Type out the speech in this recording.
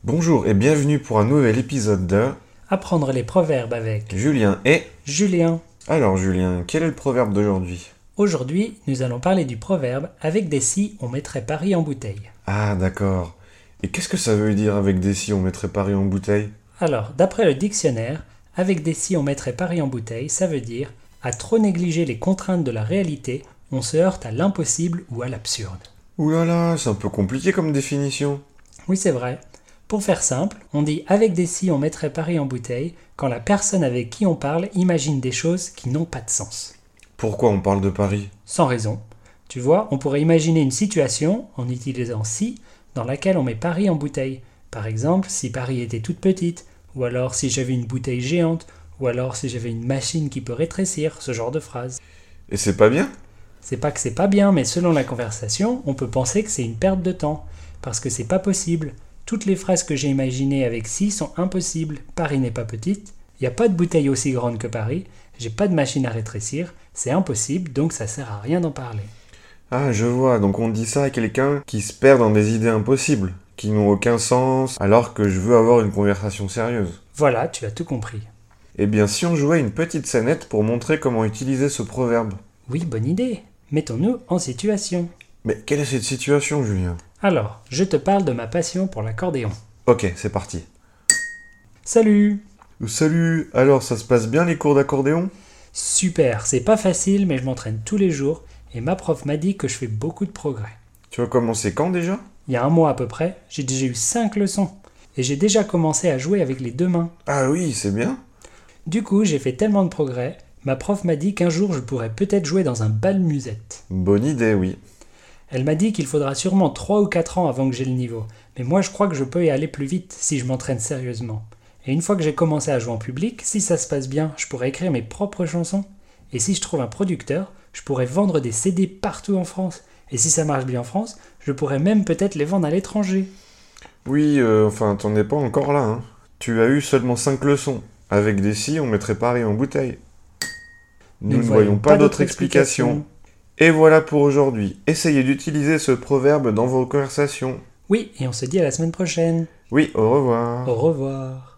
Bonjour et bienvenue pour un nouvel épisode de Apprendre les proverbes avec Julien et... Julien. Alors Julien, quel est le proverbe d'aujourd'hui? Aujourd'hui, nous allons parler du proverbe « Avec des scies, on mettrait Paris en bouteille ». Ah d'accord. Et qu'est-ce que ça veut dire avec des scies on mettrait Paris en bouteille? Alors, d'après le dictionnaire, « Avec des scies, on mettrait Paris en bouteille », ça veut dire « À trop négliger les contraintes de la réalité, on se heurte à l'impossible ou à l'absurde ». Ouh là là, c'est un peu compliqué comme définition. Oui, c'est vrai. Pour faire simple, on dit « Avec des scies, on mettrait Paris en bouteille » quand la personne avec qui on parle imagine des choses qui n'ont pas de sens. Pourquoi on parle de Paris? Sans raison. Tu vois, on pourrait imaginer une situation, en utilisant si, dans laquelle on met Paris en bouteille. Par exemple, si Paris était toute petite, ou alors si j'avais une bouteille géante, ou alors si j'avais une machine qui peut rétrécir, ce genre de phrase. Et c'est pas bien? C'est pas que c'est pas bien, mais selon la conversation, on peut penser que c'est une perte de temps, parce que c'est pas possible. Toutes les phrases que j'ai imaginées avec si sont impossibles. Paris n'est pas petite, il n'y a pas de bouteille aussi grande que Paris, j'ai pas de machine à rétrécir, c'est impossible, donc ça sert à rien d'en parler. Ah je vois, donc on dit ça à quelqu'un qui se perd dans des idées impossibles, qui n'ont aucun sens, alors que je veux avoir une conversation sérieuse. Voilà, tu as tout compris. Eh bien si on jouait une petite scénette pour montrer comment utiliser ce proverbe. Oui, bonne idée. Mettons-nous en situation. Mais quelle est cette situation Julien? Alors, je te parle de ma passion pour l'accordéon. Ok, c'est parti. Salut! Salut, alors ça se passe bien les cours d'accordéon? Super, c'est pas facile, mais je m'entraîne tous les jours et ma prof m'a dit que je fais beaucoup de progrès. Tu as commencé quand déjà? Il y a un mois à peu près, j'ai déjà eu 5 leçons et j'ai déjà commencé à jouer avec les deux mains. Ah oui, c'est bien. Du coup, j'ai fait tellement de progrès, ma prof m'a dit qu'un jour je pourrais peut-être jouer dans un bal musette. Bonne idée, oui. Elle m'a dit qu'il faudra sûrement 3 ou 4 ans avant que j'ai le niveau, mais moi je crois que je peux y aller plus vite si je m'entraîne sérieusement. Et une fois que j'ai commencé à jouer en public, si ça se passe bien, je pourrais écrire mes propres chansons. Et si je trouve un producteur, je pourrais vendre des CD partout en France. Et si ça marche bien en France, je pourrais même peut-être les vendre à l'étranger. Oui, enfin, t'en es pas encore là, hein. Tu as eu seulement 5 leçons. Avec des scies, on mettrait Paris en bouteille. Nous ne voyons pas d'autre explication. Et voilà pour aujourd'hui. Essayez d'utiliser ce proverbe dans vos conversations. Oui, et on se dit à la semaine prochaine. Oui, au revoir. Au revoir.